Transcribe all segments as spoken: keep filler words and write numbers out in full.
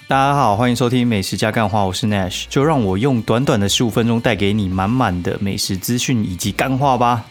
大家好，欢迎收听美食加干话，我是 Nash， 就让我用短短的十五分钟带给你满满的美食资讯以及干话吧。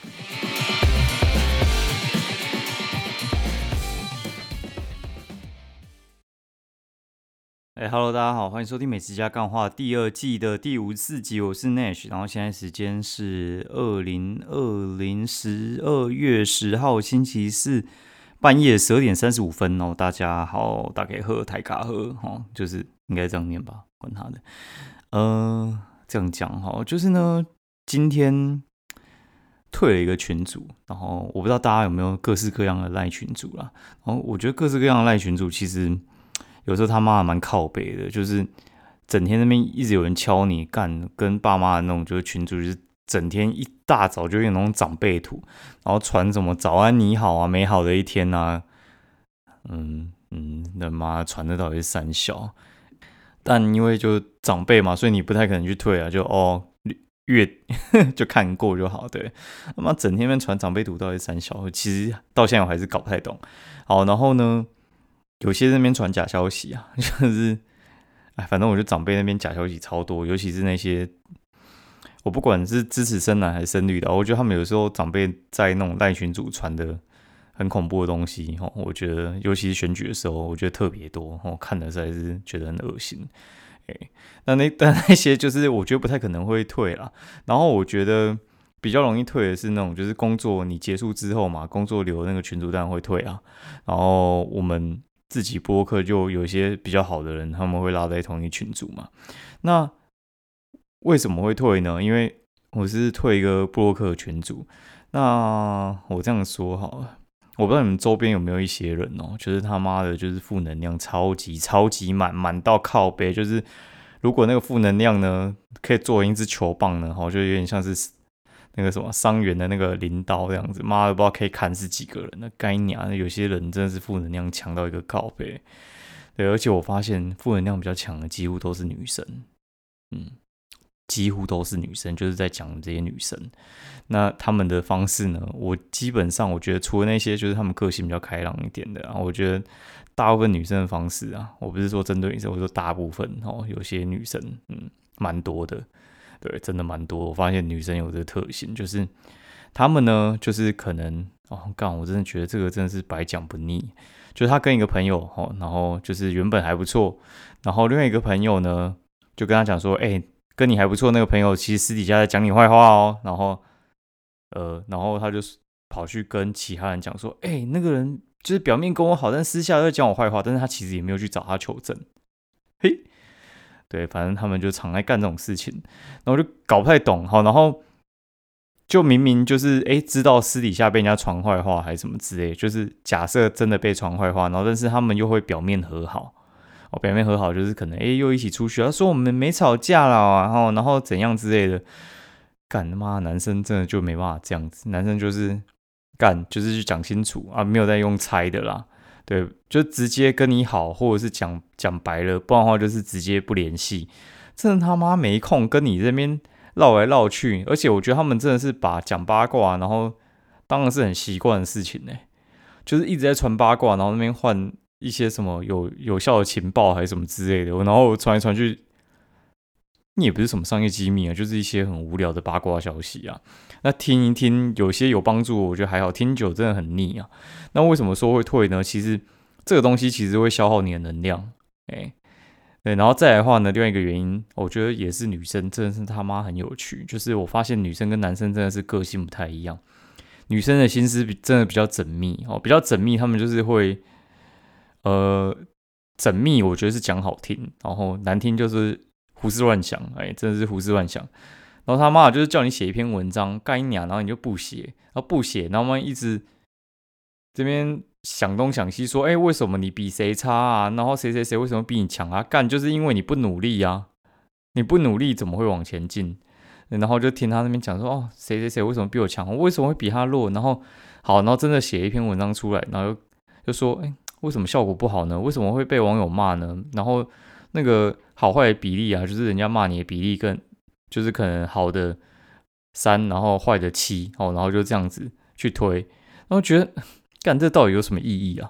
哎、h e l l o 大家好，欢迎收听美食加干话第二季的第五十四集，我是 Nash， 然后现在时间是二零二零十二月十号星期四。半夜十二点三十五分哦，大家好，大家喝台卡喝哦，就是应该这样念吧，管他的。呃，这样讲哈，就是呢，今天退了一个群组，然后我不知道大家有没有各式各样的赖群组啦。然后我觉得各式各样的赖群组其实有时候他妈的蛮靠北的，就是整天那边一直有人敲你干，跟爸妈的那种就是群组就是。整天一大早就有那种长辈图，然后传什么早安你好啊，美好的一天啊，嗯嗯，那妈传的到底是三小，但因为就长辈嘛，所以你不太可能去退啊，就哦阅就看过就好，对，他妈整天在传长辈图到底是三小，其实到现在我还是搞不太懂。好，然后呢，有些在那边传假消息啊，就是，哎，反正我觉得长辈那边假消息超多，尤其是那些。我不管是支持深蓝还是深绿的，我觉得他们有时候长辈在那种赖群组传的很恐怖的东西，我觉得尤其是选举的时候，我觉得特别多，看的实在是觉得很恶心。欸、那那但那些就是我觉得不太可能会退啦。然后我觉得比较容易退的是那种就是工作你结束之后嘛，工作留那个群组当然会退啊。然后我们自己播客就有一些比较好的人，他们会拉在同一群组嘛。那为什么会退呢？因为我是退一个部落客群组。那我这样说好了，我不知道你们周边有没有一些人哦，就是他妈的，就是负能量超级超级满，满到靠北。就是如果那个负能量呢，可以做成一支球棒呢，就有点像是那个什么伤员的那个镰刀这样子。妈的，不知道可以砍死几个人呢？该娘，有些人真的是负能量强到一个靠北。对，而且我发现负能量比较强的几乎都是女生，嗯。几乎都是女生，就是在讲这些女生。那他们的方式呢？我基本上我觉得，除了那些就是他们个性比较开朗一点的，啊，我觉得大部分女生的方式啊，我不是说针对女生，我说大部分哦，有些女生嗯，蛮多的，对，真的蛮多。我发现女生有这个特性，就是他们呢，就是可能哦，干，我真的觉得这个真的是百讲不腻。就是他跟一个朋友哦，然后就是原本还不错，然后另外一个朋友呢，就跟他讲说，哎、欸。跟你还不错那个朋友，其实私底下在讲你坏话哦。然后，呃，然后他就跑去跟其他人讲说：“哎、欸，那个人就是表面跟我好，但私下在讲我坏话。但是他其实也没有去找他求证。”嘿，对，反正他们就常来干这种事情，然后就搞不太懂。好，然后就明明就是哎、欸，知道私底下被人家传坏话还是什么之类，就是假设真的被传坏话，然后但是他们又会表面和好。哦，表面和好就是可能哎、欸、又一起出去，他说我们没吵架啦，然后然后怎样之类的，干他妈男生真的就没办法这样子，男生就是干就是去讲清楚啊，没有在用猜的啦，对，就直接跟你好，或者是讲讲白了，不然的话就是直接不联系，真的他妈没空跟你这边绕来绕去，而且我觉得他们真的是把讲八卦，然后当然是很习惯的事情呢、欸，就是一直在传八卦，然后那边换。一些什么有有效的情报还是什么之类的，然后传来传去，你也不是什么商业机密啊，就是一些很无聊的八卦消息啊。那听一听，有些有帮助，我觉得还好；听久真的很腻啊。那为什么说会退呢？其实这个东西其实会消耗你的能量，哎、欸，对。然后再来的话呢，另外一个原因，我觉得也是女生真的是他妈很有趣，就是我发现女生跟男生真的是个性不太一样，女生的心思真的比较缜密哦，比较缜密，他们就是会。呃，缜密我觉得是讲好听，然后难听就是胡思乱想，哎、欸，真的是胡思乱想。然后他妈就是叫你写一篇文章，干一娘，然后你就不写，然后不写，然后嘛一直这边想东想西，说，哎、欸，为什么你比谁差啊？然后谁谁谁为什么比你强啊？干就是因为你不努力啊，你不努力怎么会往前进？然后就听他那边讲说，哦，谁谁谁为什么比我强？我为什么会比他弱？然后好，然后真的写一篇文章出来，然后就就说，哎、欸。为什么效果不好呢？为什么会被网友骂呢？然后那个好坏的比例啊，就是人家骂你的比例更，就是可能好的三，然后坏的七，哦，然后就这样子去推，然后觉得干这到底有什么意义啊？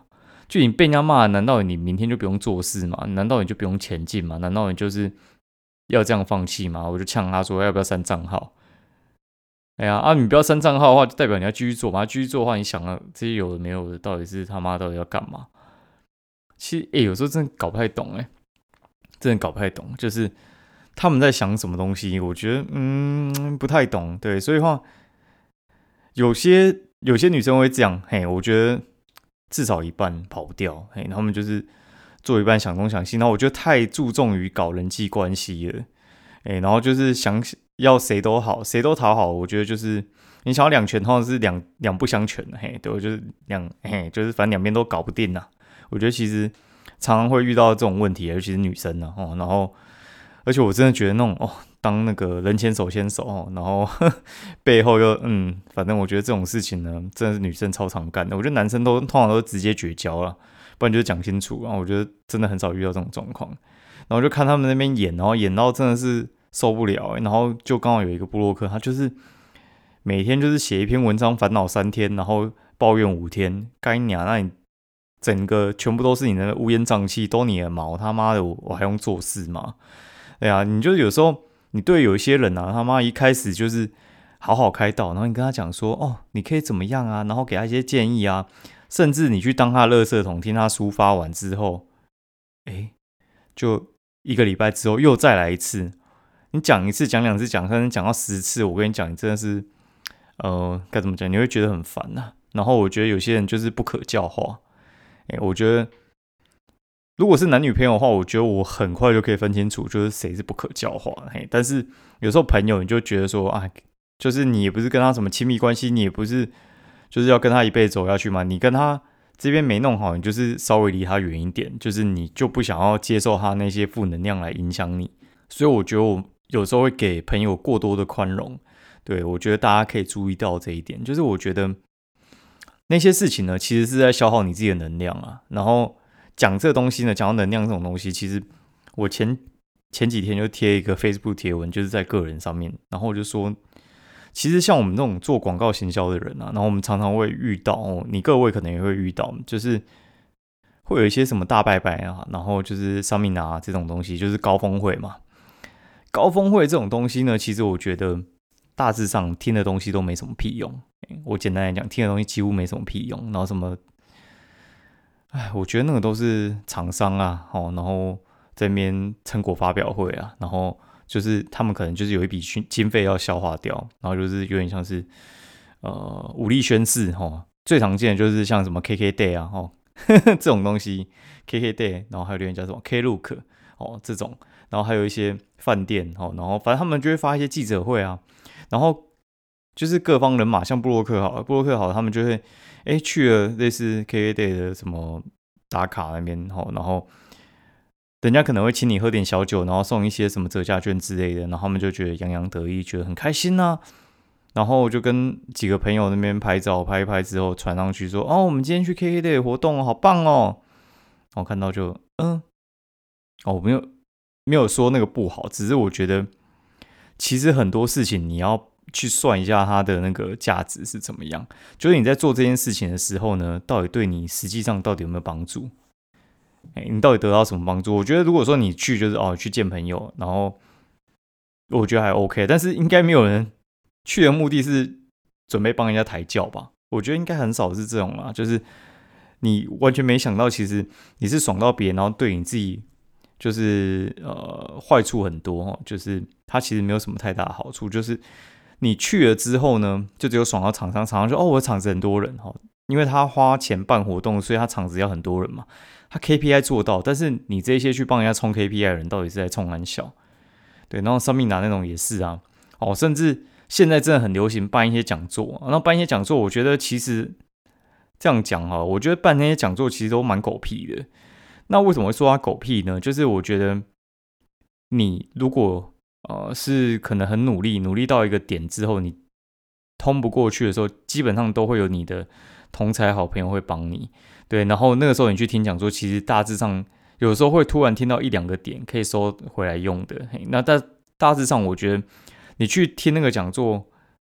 就你被人家骂，难道你明天就不用做事吗？难道你就不用前进吗？难道你就是要这样放弃吗？我就呛他说要不要删账号？哎呀啊，你不要删账号的话，就代表你要继续做嘛。继续做的话，你想啊，这些有的没有的，到底是他妈到底要干嘛？其实，哎、欸，有时候真的搞不太懂、欸，哎，真的搞不太懂，就是他们在想什么东西，我觉得嗯不太懂。对，所以话有些有些女生会这样，嘿，我觉得至少一半跑不掉，嘿，他们就是做一半想东想西，然后我觉得太注重于搞人际关系了，哎，然后就是想要谁都好，谁都讨好，我觉得就是你想要两全，通常是两两不相全的，嘿，对，我就是两，嘿，就是反正两边都搞不定呐。我觉得其实常常会遇到这种问题，尤其是女生呢、啊，哦，然后而且我真的觉得那种哦，当那个人前手牵手哦，然后呵呵背后又嗯，反正我觉得这种事情呢，真的是女生超常干的。我觉得男生都通常都直接绝交了，不然就是讲清楚。然后我觉得真的很少遇到这种状况。然后就看他们那边演，然后演到真的是受不了、欸，然后就刚好有一个部落客，他就是每天就是写一篇文章，烦恼三天，然后抱怨五天，该娘，那你整个全部都是你的乌烟瘴气，都你的毛，他妈的我，我还用做事吗？对啊，你就有时候你对有一些人啊，他妈一开始就是好好开导，然后你跟他讲说，哦，你可以怎么样啊，然后给他一些建议啊，甚至你去当他的垃圾桶，听他抒发完之后，哎，就一个礼拜之后又再来一次，你讲一次、讲两次、讲三次、讲到十次，我跟你讲，你真的是，呃，该怎么讲？你会觉得很烦呐、啊。然后我觉得有些人就是不可教化，哎，我觉得如果是男女朋友的话，我觉得我很快就可以分清楚，就是谁是不可教化的。嘿，但是有时候朋友你就觉得说，啊，就是你也不是跟他什么亲密关系，你也不是就是要跟他一辈子走下去嘛，你跟他这边没弄好，你就是稍微离他远一点，就是你就不想要接受他那些负能量来影响你。所以我觉得我有时候会给朋友过多的宽容。对，我觉得大家可以注意到这一点，就是我觉得那些事情呢，其实是在消耗你自己的能量啊。然后讲这个东西呢，讲到能量这种东西，其实我前前几天就贴一个 Facebook 贴文，就是在个人上面，然后我就说，其实像我们这种做广告行销的人啊，然后我们常常会遇到，哦，你各位可能也会遇到，就是会有一些什么大拜拜啊，然后就是上面啊这种东西，就是高峰会嘛。高峰会这种东西呢，其实我觉得大致上听的东西都没什么屁用。我简单来讲，听的东西几乎没什么屁用。然后什么，哎，我觉得那个都是厂商啊，哦，然后这边成果发表会啊，然后就是他们可能就是有一笔经费要消化掉，然后就是有点像是呃武力宣誓哈。最常见的就是像什么 K K Day 啊，哦这种东西 K K Day， 然后还有留言叫什么 Klook 哦这种，然后还有一些饭店哦，然后反正他们就会发一些记者会啊，然后就是各方人马，像布洛克好了，布洛克好了，他们就会哎去了类似 K K Day 的什么打卡那边哦，然后人家可能会请你喝点小酒，然后送一些什么折价券之类的，然后他们就觉得洋洋得意，觉得很开心呐、啊。然后就跟几个朋友那边拍照，拍一拍之后传上去说，哦，我们今天去 K K Day 的活动，好棒哦。然后看到就嗯，哦，没有没有说那个不好，只是我觉得其实很多事情你要去算一下它的那个价值是怎么样，就是你在做这件事情的时候呢，到底对你实际上到底有没有帮助？哎，你到底得到什么帮助？我觉得如果说你去就是哦去见朋友，然后我觉得还 OK，但是应该没有人去的目的是准备帮人家抬轿吧？我觉得应该很少是这种啦，就是你完全没想到，其实你是爽到别人，然后对你自己就是呃坏处很多哦，就是它其实没有什么太大的好处，就是你去了之后呢，就只有爽到厂商，厂商说哦我的场子很多人哈，因为他花钱办活动，所以他场子要很多人嘛，他 K P I 做到，但是你这些去帮人家冲 K P I 的人，到底是在冲很小？对，然后生命拿那种也是啊，哦，甚至现在真的很流行办一些讲座，然后办一些讲座，我觉得其实这样讲哈，我觉得办那些讲座其实都蛮狗屁的。那为什么会说它狗屁呢？就是我觉得你如果呃是可能很努力，努力到一个点之后，你通不过去的时候，基本上都会有你的同才好朋友会帮你。对，然后那个时候你去听讲座，其实大致上有时候会突然听到一两个点可以收回来用的。那大大致上，我觉得你去听那个讲座，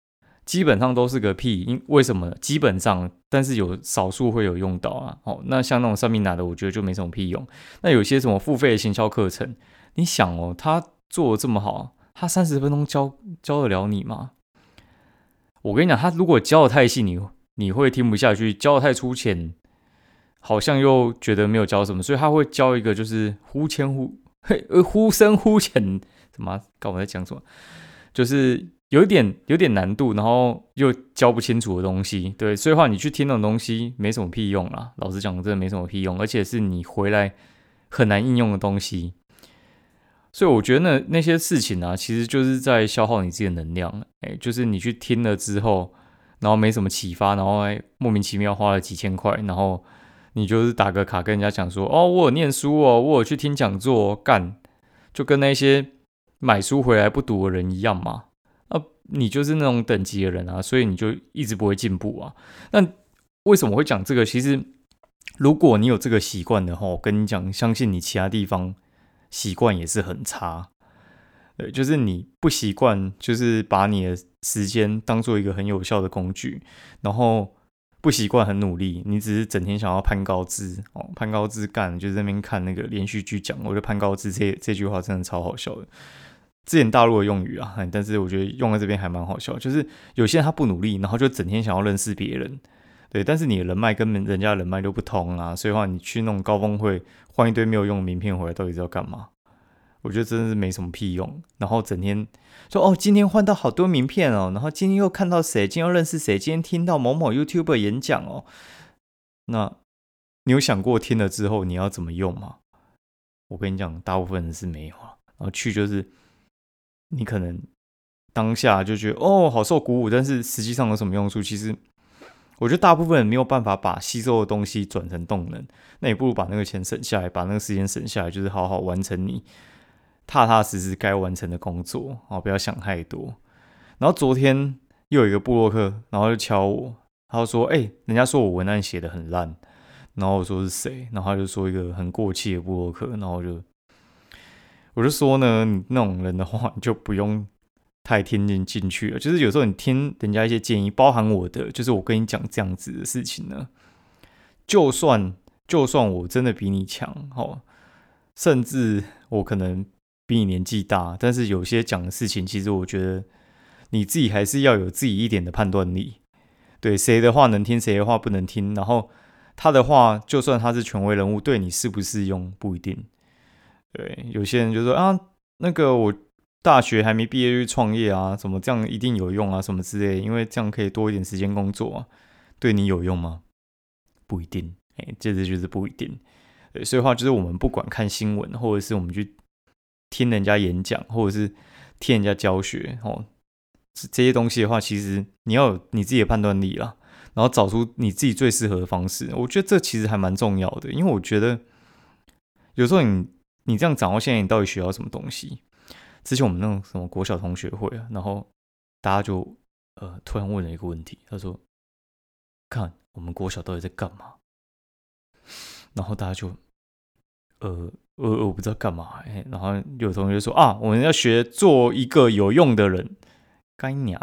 基本上都是个屁，因为什么呢？基本上，但是有少数会有用到啊。哦，那像那种上面拿的，我觉得就没什么屁用。那有些什么付费的行销课程，你想哦，他做的这么好，他三十分钟教教得了你吗？我跟你讲，他如果教的太细，你你会听不下去；教的太粗浅，好像又觉得没有教什么，所以他会教一个就是忽浅忽嘿呃忽深忽浅，什么？刚我在讲什么？就是有一点有点难度，然后又教不清楚的东西，对，所以话你去听那种东西没什么屁用啦。老实讲，真的没什么屁用，而且是你回来很难应用的东西。所以我觉得那那些事情啊，其实就是在消耗你自己的能量。哎，就是你去听了之后，然后没什么启发，然后还莫名其妙花了几千块，然后你就是打个卡跟人家讲说，哦，我有念书哦，我有去听讲座、哦，干，就跟那些买书回来不读的人一样嘛。啊，你就是那种等级的人啊，所以你就一直不会进步啊。那为什么会讲这个？其实如果你有这个习惯的话，我跟你讲，相信你其他地方习惯也是很差。对，就是你不习惯，就是把你的时间当做一个很有效的工具，然后不习惯很努力，你只是整天想要攀高枝哦，攀高枝干，就在那边看那个连续剧讲，我觉得攀高枝这这句话真的超好笑的。之前大陆的用语啊，但是我觉得用在这边还蛮好笑，就是有些人他不努力，然后就整天想要认识别人，对，但是你的人脉跟人家的人脉都不通啊，所以话你去那种高峰会换一堆没有用的名片回来，到底是要干嘛？我觉得真的是没什么屁用，然后整天说哦，今天换到好多名片哦，然后今天又看到谁，今天又认识谁，今天听到某某 YouTuber 演讲哦，那你有想过听了之后你要怎么用吗？我跟你讲，大部分人是没有了，然后去就是你可能当下就觉得哦好受鼓舞，但是实际上有什么用处？其实我觉得大部分人没有办法把吸收的东西转成动能，那你不如把那个钱省下来，把那个时间省下来，就是好好完成你踏踏实实该完成的工作，哦，不要想太多。然后昨天又有一个部落客，然后就敲我，他就说：“哎、欸，人家说我文案写得很烂。”然后我说是谁？然后他就说一个很过气的部落客，然后我就我就说呢，你那种人的话，你就不用太听进进去了。就是有时候你听人家一些建议，包含我的，就是我跟你讲这样子的事情呢，就算就算我真的比你强，哦，甚至我可能比你年纪大，但是有些讲的事情，其实我觉得你自己还是要有自己一点的判断力。对，谁的话能听，谁的话不能听，然后他的话，就算他是权威人物，对你适不适用不一定。对，有些人就说啊，那个我大学还没毕业就创业啊，什么这样一定有用啊，什么之类的，因为这样可以多一点时间工作啊，对你有用吗？不一定，哎、欸，这就是不一定。对，所以话就是我们不管看新闻，或者是我们去听人家演讲，或者是听人家教学，哦，这些东西的话，其实你要有你自己的判断力啦，然后找出你自己最适合的方式。我觉得这其实还蛮重要的，因为我觉得有时候你你这样掌握现在你到底学到什么东西。之前我们那种什么国小同学会啊，然后大家就呃突然问了一个问题，他说：“看我们国小到底在干嘛？”然后大家就呃呃我不知道干嘛、欸，然后有同学说啊，我们要学做一个有用的人，该娘，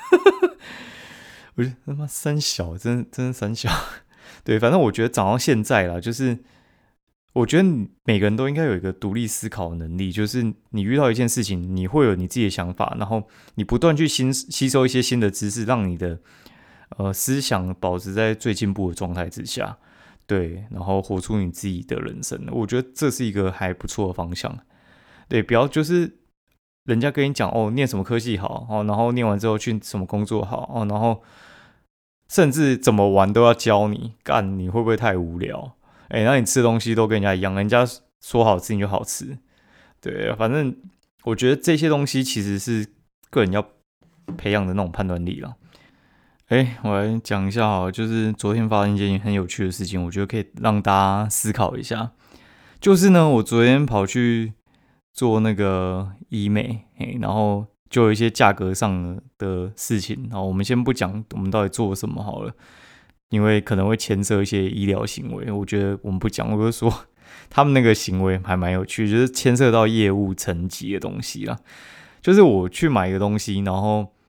我觉得他妈三小，真真的三小，对，反正我觉得长到现在啦，就是我觉得每个人都应该有一个独立思考的能力，就是你遇到一件事情，你会有你自己的想法，然后你不断去新吸收一些新的知识，让你的呃思想保持在最进步的状态之下。对，然后活出你自己的人生，我觉得这是一个还不错的方向。对，不要就是人家跟你讲哦，念什么科系好哦，然后念完之后去什么工作好哦，然后甚至怎么玩都要教你，干你会不会太无聊？哎、欸，那你吃东西都跟人家一样，人家说好吃你就好吃。对，反正我觉得这些东西其实是个人要培养的那种判断力啦。哎、欸，我来讲一下好，就是昨天发生一件很有趣的事情，我觉得可以让大家思考一下。就是呢，我昨天跑去做那个医美，欸、然后就有一些价格上的事情。然后我们先不讲我们到底做了什么好了，因为可能会牵涉一些医疗行为。我觉得我们不讲，我就说他们那个行为还蛮有趣，就是牵涉到业务层级的东西啦。就是我去买一个东西，然后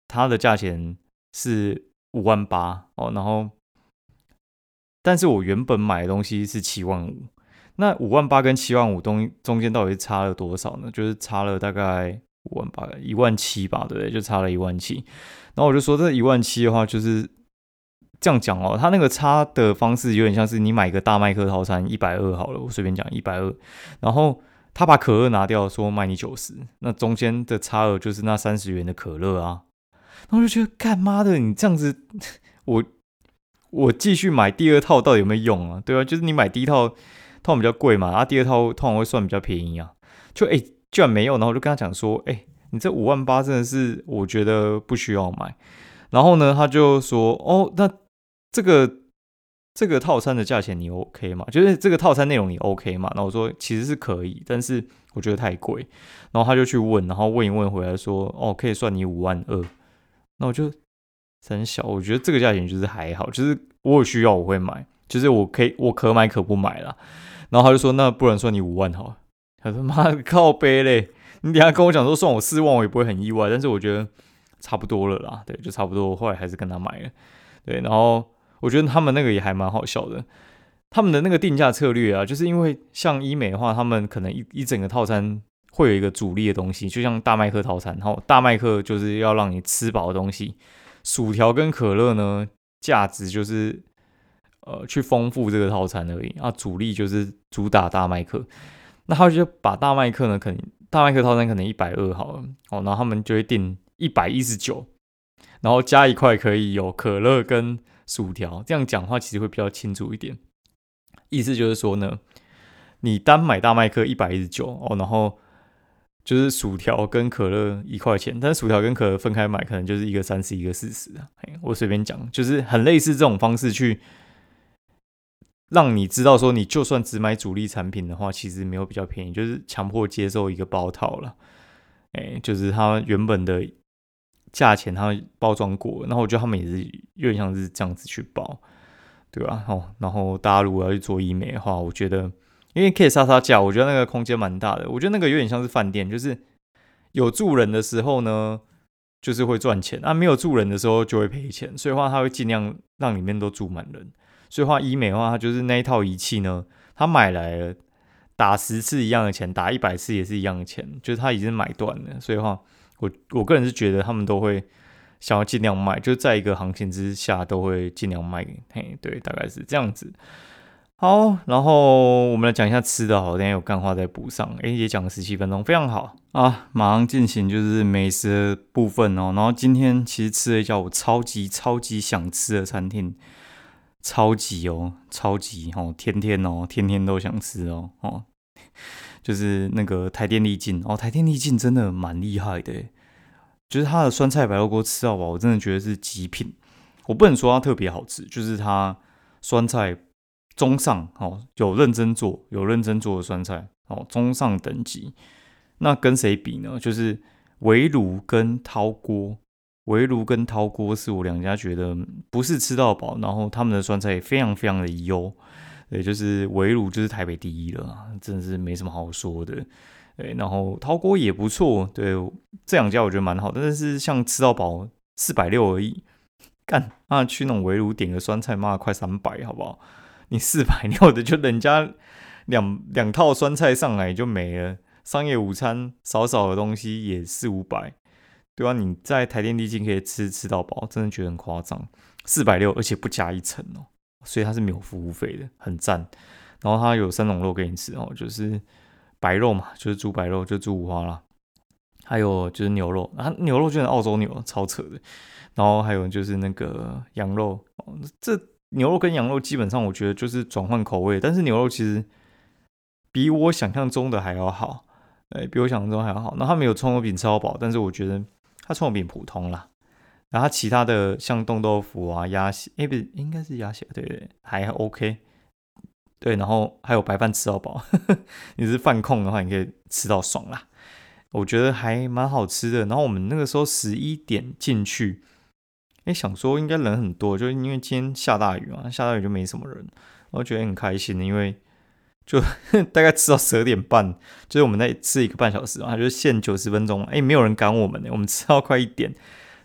它的价钱是五万八哦，然后但是我原本买的东西是七万五，那五万八跟七万五中中间到底差了多少呢？就是差了大概五万八一万七吧，对不对？就差了一万七。然后我就说这一万七的话，就是这样讲哦，它那个差的方式有点像是你买个大麦克套餐一百二好了，我随便讲一百二，然后他把可乐拿掉，说卖你九十，那中间的差额就是那三十元的可乐啊。然后我就觉得干妈的，你这样子，我我继续买第二套到底有没有用啊？对啊，就是你买第一套套比较贵嘛，然后第二套通常会算比较便宜啊。就哎、欸，居然没有，然后我就跟他讲说，哎、欸，你这五万八真的是我觉得不需要买。然后呢，他就说，哦，那这个这个套餐的价钱你 OK 吗？就是这个套餐内容你 OK 吗？然后我说其实是可以，但是我觉得太贵。然后他就去问，然后问一问回来说，哦，可以算你五万二。那我就很小，我觉得这个价钱就是还好，就是我有需要我会买，就是我可以我可买可不买啦。然后他就说，那不然算你五万好了。他说妈的靠背嘞，你等一下跟我讲说算我四万，我也不会很意外，但是我觉得差不多了啦，对，就差不多。后来还是跟他买了，对，然后我觉得他们那个也还蛮好笑的。他们的那个定价策略啊，就是因为像医美的话，他们可能一一整个套餐会有一个主力的东西，就像大麦克套餐，然后大麦克就是要让你吃饱的东西，薯条跟可乐呢，价值就是呃去丰富这个套餐而已啊，主力就是主打大麦克，那他就把大麦克呢，可能大麦克套餐可能一百二好了，哦，然后他们就会定一百一十九，然后加一块可以有可乐跟薯条，这样讲的话其实会比较清楚一点。意思就是说呢，你单买大麦克一百一十九哦，然后就是薯条跟可乐一块钱，但是薯条跟可乐分开买，可能就是一个三十，一个四十啊。我随便讲，就是很类似这种方式去让你知道说，你就算只买主力产品的话，其实没有比较便宜，就是强迫接受一个包套了。哎，就是它原本的价钱，它包装过，然后我觉得他们也是有点像是这样子去包。对吧、啊？哦，然后大家如果要去做医美的话，我觉得因为可以杀杀价，我觉得那个空间蛮大的。我觉得那个有点像是饭店，就是有住人的时候呢，就是会赚钱；啊，没有住人的时候就会赔钱。所以话，他会尽量让里面都住满人。所以话，医美的话，它就是那一套仪器呢，他买来了，打十次一样的钱，打一百次也是一样的钱，就是他已经买断了。所以话，我我个人是觉得他们都会想要尽量卖，就在一个行情之下都会尽量卖。嘿，对，大概是这样子。好，然后我们来讲一下吃的，好，等一下有干话再补上。哎，也讲了十七分钟，非常好啊！马上进行就是美食的部分哦。然后今天其实吃了一家我超级超级想吃的餐厅，超级哦，超级哦，天天哦，天天都想吃哦哦，就是那个台电力进哦，台电力进真的蛮厉害的耶，就是它的酸菜白肉锅吃到饱，我真的觉得是极品。我不能说它特别好吃，就是它酸菜中上哦，有认真做，有认真做的酸菜哦，中上等级。那跟谁比呢？就是围炉跟饕锅，围炉跟饕锅是我两家觉得不是吃到饱，然后他们的酸菜也非常非常的优。对，就是围炉就是台北第一了，真的是没什么好说的。对，然后饕锅也不错，对，这两家我觉得蛮好的，但是像吃到饱四百六而已，干啊去那种围炉点个酸菜，妈快三百好不好？你四百六的就人家两两套酸菜上来就没了，商业午餐少少的东西也四五百，对啊，你在台电地精可以吃吃到饱，真的觉得很夸张，四百六而且不加一层哦，所以它是没有服务费的，很赞。然后它有三种肉给你吃哦，就是白肉嘛，就是猪白肉，就猪五花啦。还有就是牛肉，啊，牛肉就是澳洲牛，超扯的。然后还有就是那个羊肉，哦、这牛肉跟羊肉基本上我觉得就是转换口味，但是牛肉其实比我想象中的还要好，对，比我想象中还要好。那他们有葱油饼吃到饱，但是我觉得它葱油饼普通啦。然后它其他的像冻豆腐啊、鸭血，哎、欸、不是，应该是鸭血，对对，还 OK。对，然后还有白饭吃到饱，你是饭控的话，你可以吃到爽啦。我觉得还蛮好吃的。然后我们那个时候十一点进去，哎，想说应该人很多，就因为今天下大雨嘛，下大雨就没什么人，我觉得很开心，因为就大概吃到十二点半，就是我们在吃一个半小时嘛，就是限九十分钟，哎，没有人赶我们呢，我们吃到快一点，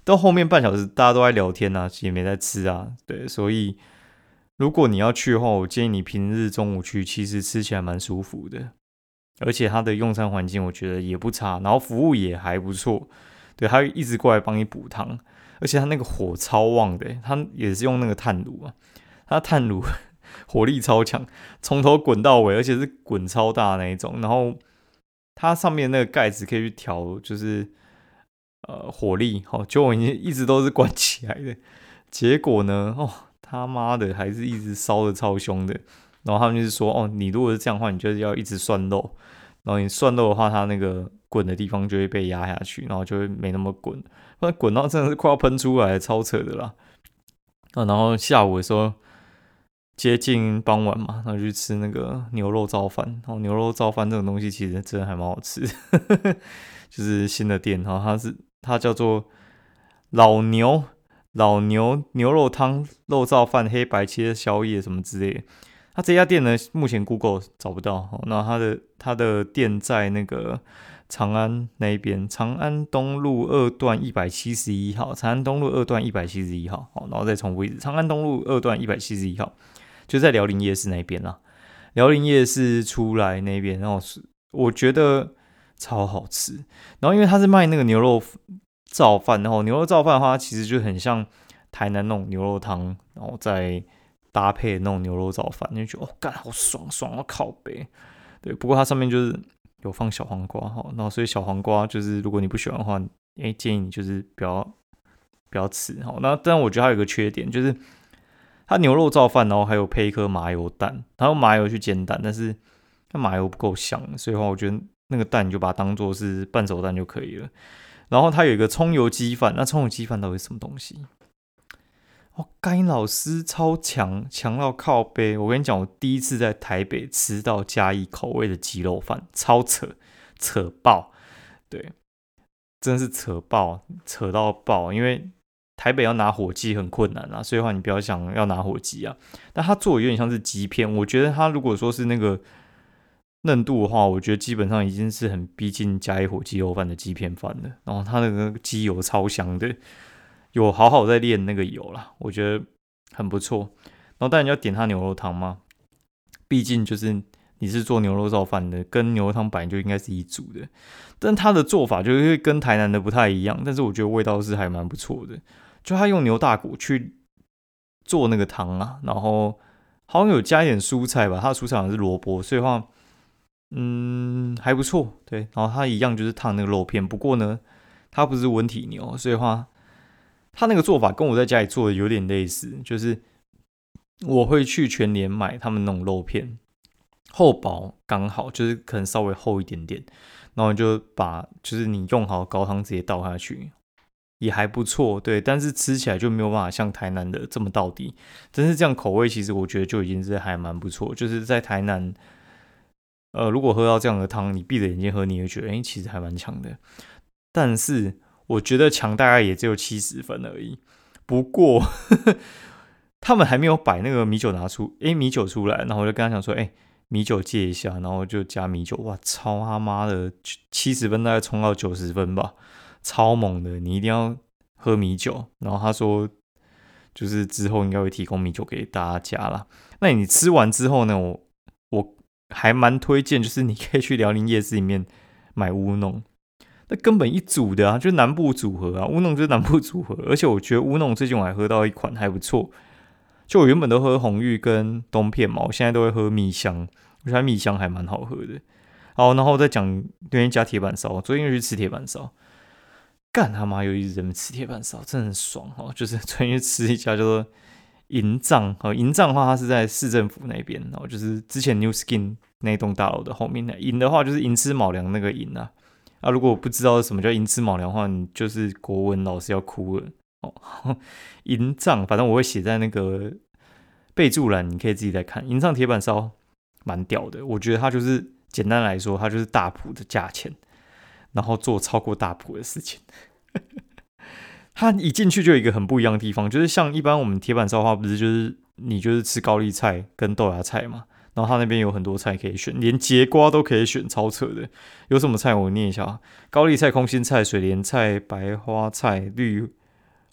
到后面半小时大家都在聊天啊，也没在吃啊，对，所以如果你要去的话，我建议你平日中午去，其实吃起来蛮舒服的，而且它的用餐环境我觉得也不差，然后服务也还不错，对，他一直过来帮你补汤，而且他那个火超旺的，他也是用那个炭炉啊，他炭炉火力超强，从头滚到尾，而且是滚超大那一种，然后它上面那个盖子可以去调，就是呃火力，好、哦，就我已经一直都是关起来的，结果呢，哦他妈的还是一直烧的超凶的，然后他们就是说，哦，你如果是这样的话，你就是要一直涮肉，然后你涮肉的话，它那个滚的地方就会被压下去，然后就会没那么滚，那滚到真的是快要喷出来，超扯的啦。啊，然后下午的时候接近傍晚嘛，然后去吃那个牛肉燥饭。然后牛肉燥饭这种东西其实真的还蛮好吃的，就是新的店，然后它是它叫做老牛老牛牛肉汤、肉燥饭、黑白切宵夜什么之类的。它这家店呢，目前 Google 找不到。那它的它的店在那个长安那边，长安东路二段一百七十一号，长安东路二段一百七十一号。好，然后再重复一次，长安东路二段一百七十一号，就在辽宁夜市那边啦。辽宁夜市出来那边，然后我觉得超好吃。然后因为它是卖那个牛肉燥饭，然后牛肉燥饭的话，其实就很像台南那种牛肉汤，然后再搭配那种牛肉燥饭，就觉得哦，干好爽爽到靠北。对，不过它上面就是有放小黄瓜哈，然后所以小黄瓜就是如果你不喜欢的话，哎，建议你就是不要不要吃哈。那但我觉得它有一个缺点，就是它牛肉燥饭，然后还有配一颗麻油蛋，它用麻油去煎蛋，但是那麻油不够香，所以的话我觉得那个蛋你就把它当做是半熟蛋就可以了。然后它有一个葱油鸡饭，那葱油鸡饭到底是什么东西？哦，甘老师超强，强到靠背。我跟你讲，我第一次在台北吃到嘉义口味的鸡肉饭，超扯，扯爆，对，真的是扯爆，扯到爆。因为台北要拿火鸡很困难啊，所以的话你不要想要拿火鸡啊。但它做的有点像是鸡片，我觉得它如果说是那个嫩度的话，我觉得基本上已经是很逼近嘉义火鸡肉饭的鸡片饭了。然后它那个鸡油超香的。有好好在练那个油啦，我觉得很不错。然后当然要点他牛肉汤嘛，毕竟就是你是做牛肉燥饭的，跟牛肉汤本来就应该是一组的。但他的做法就是跟台南的不太一样，但是我觉得味道是还蛮不错的。就他用牛大骨去做那个汤啊，然后好像有加一点蔬菜吧，他的蔬菜好像是萝卜，所以的话，嗯，还不错。对，然后他一样就是烫那个肉片，不过呢，他不是温体牛，所以的话。他那个做法跟我在家里做的有点类似，就是我会去全联买他们那种肉片，厚薄刚好，就是可能稍微厚一点点，然后你就把就是你用好高汤直接倒下去，也还不错，对，但是吃起来就没有办法像台南的这么到底。但是这样口味其实我觉得就已经是还蛮不错，就是在台南，呃，如果喝到这样的汤，你闭着眼睛喝，你会觉得哎、欸，其实还蛮强的，但是。我觉得强大概也只有七十分而已。不过呵呵他们还没有摆那个米酒拿出，哎，米酒出来，然后我就跟他讲说，哎，米酒借一下，然后就加米酒，哇，超他妈的七十分大概冲到九十分吧，超猛的，你一定要喝米酒。然后他说，就是之后应该会提供米酒给大家加啦。那你吃完之后呢，我我还蛮推荐，就是你可以去辽宁夜市里面买乌弄。那根本一组的啊，就是南部组合啊，乌弄就是南部组合，而且我觉得乌弄最近我还喝到一款还不错，就我原本都喝红玉跟冬片嘛，我现在都会喝蜜香，我觉得蜜香还蛮好喝的。好，然后再讲另一家铁板烧，昨天又去吃铁板烧，干他妈又一直在那边吃铁板烧，真的很爽哦。就是昨天去吃一家叫做银藏，哦，银藏的话它是在市政府那边，然后就是之前 New Skin 那栋大楼的后面，银的话就是银吃卯粮那个银啊。啊，如果我不知道什么叫银吃卯粮的话，你就是国文老师要哭了哦。银藏，反正我会写在那个备注栏，你可以自己再看。银藏铁板烧蛮屌的，我觉得它就是简单来说，它就是大埔的价钱，然后做超过大埔的事情。它一进去就有一个很不一样的地方，就是像一般我们铁板烧的话，不是就是你就是吃高丽菜跟豆芽菜嘛。然后他那边有很多菜可以选，连节瓜都可以选，超扯的。有什么菜我念一下：高丽菜、空心菜、水莲菜、白花菜、绿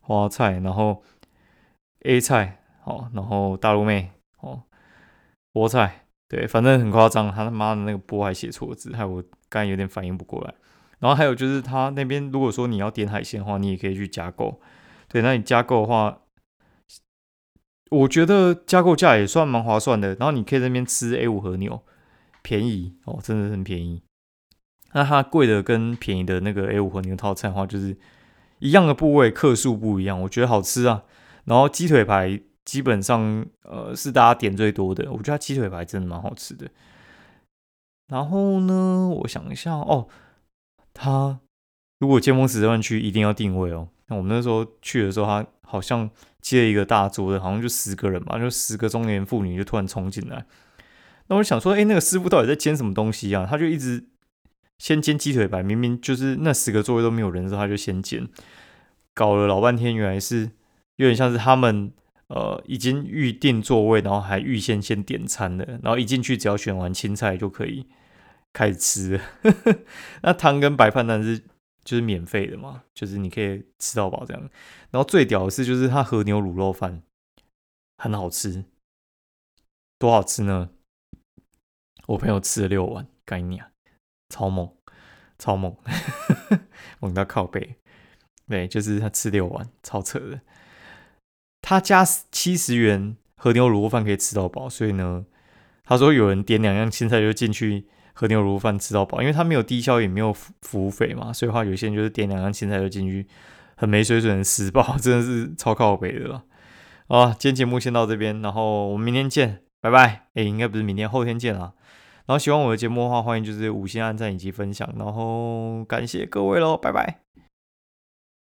花菜，然后 A 菜，哦，然后大陆妹，哦，菠菜，对，反正很夸张，他他妈的那个菠还写错字，害我刚才有点反应不过来。然后还有就是他那边如果说你要点海鲜的话，你也可以去加购，对，那你加购的话，我觉得加购价也算蛮划算的。然后你可以在那边吃 A 五和牛，便宜哦，真的很便宜。那它贵的跟便宜的那个 A 五和牛套餐的话，就是一样的部位，克数不一样，我觉得好吃啊。然后鸡腿排基本上呃是大家点最多的，我觉得鸡腿排真的蛮好吃的。然后呢，我想一下哦，它如果尖峰时段去，一定要定位哦。那我们那时候去的时候，他好像接了一个大桌的，好像就十个人吧，就十个中年妇女就突然冲进来。那我想说，哎、欸，那个师傅到底在煎什么东西啊？他就一直先煎鸡腿排，明明就是那十个座位都没有人的时候，他就先煎，搞了老半天，原来是有点像是他们呃已经预定座位，然后还预先先点餐的，然后一进去只要选完青菜就可以开始吃了。那汤跟白饭当然是就是免费的嘛，就是你可以吃到饱这样。然后最屌的是，就是它和牛卤肉饭很好吃，多好吃呢？我朋友吃了六碗，干你啊，超猛，超猛，猛到靠背。对，就是他吃六碗，超扯的。他加七十元和牛卤肉饭可以吃到饱，所以呢，他说有人点两样青菜就进去和牛卤肉饭吃到饱，因为他没有低消也没有服务费嘛，所以话有些人就是点两样青菜就进去，很没水准的吃饱，真的是超靠北的了。好啊，今天节目先到这边，然后我们明天见，拜拜。哎，应该不是明天，后天见啦。然后喜欢我的节目的话，欢迎就是五星按赞以及分享，然后感谢各位喽，拜拜。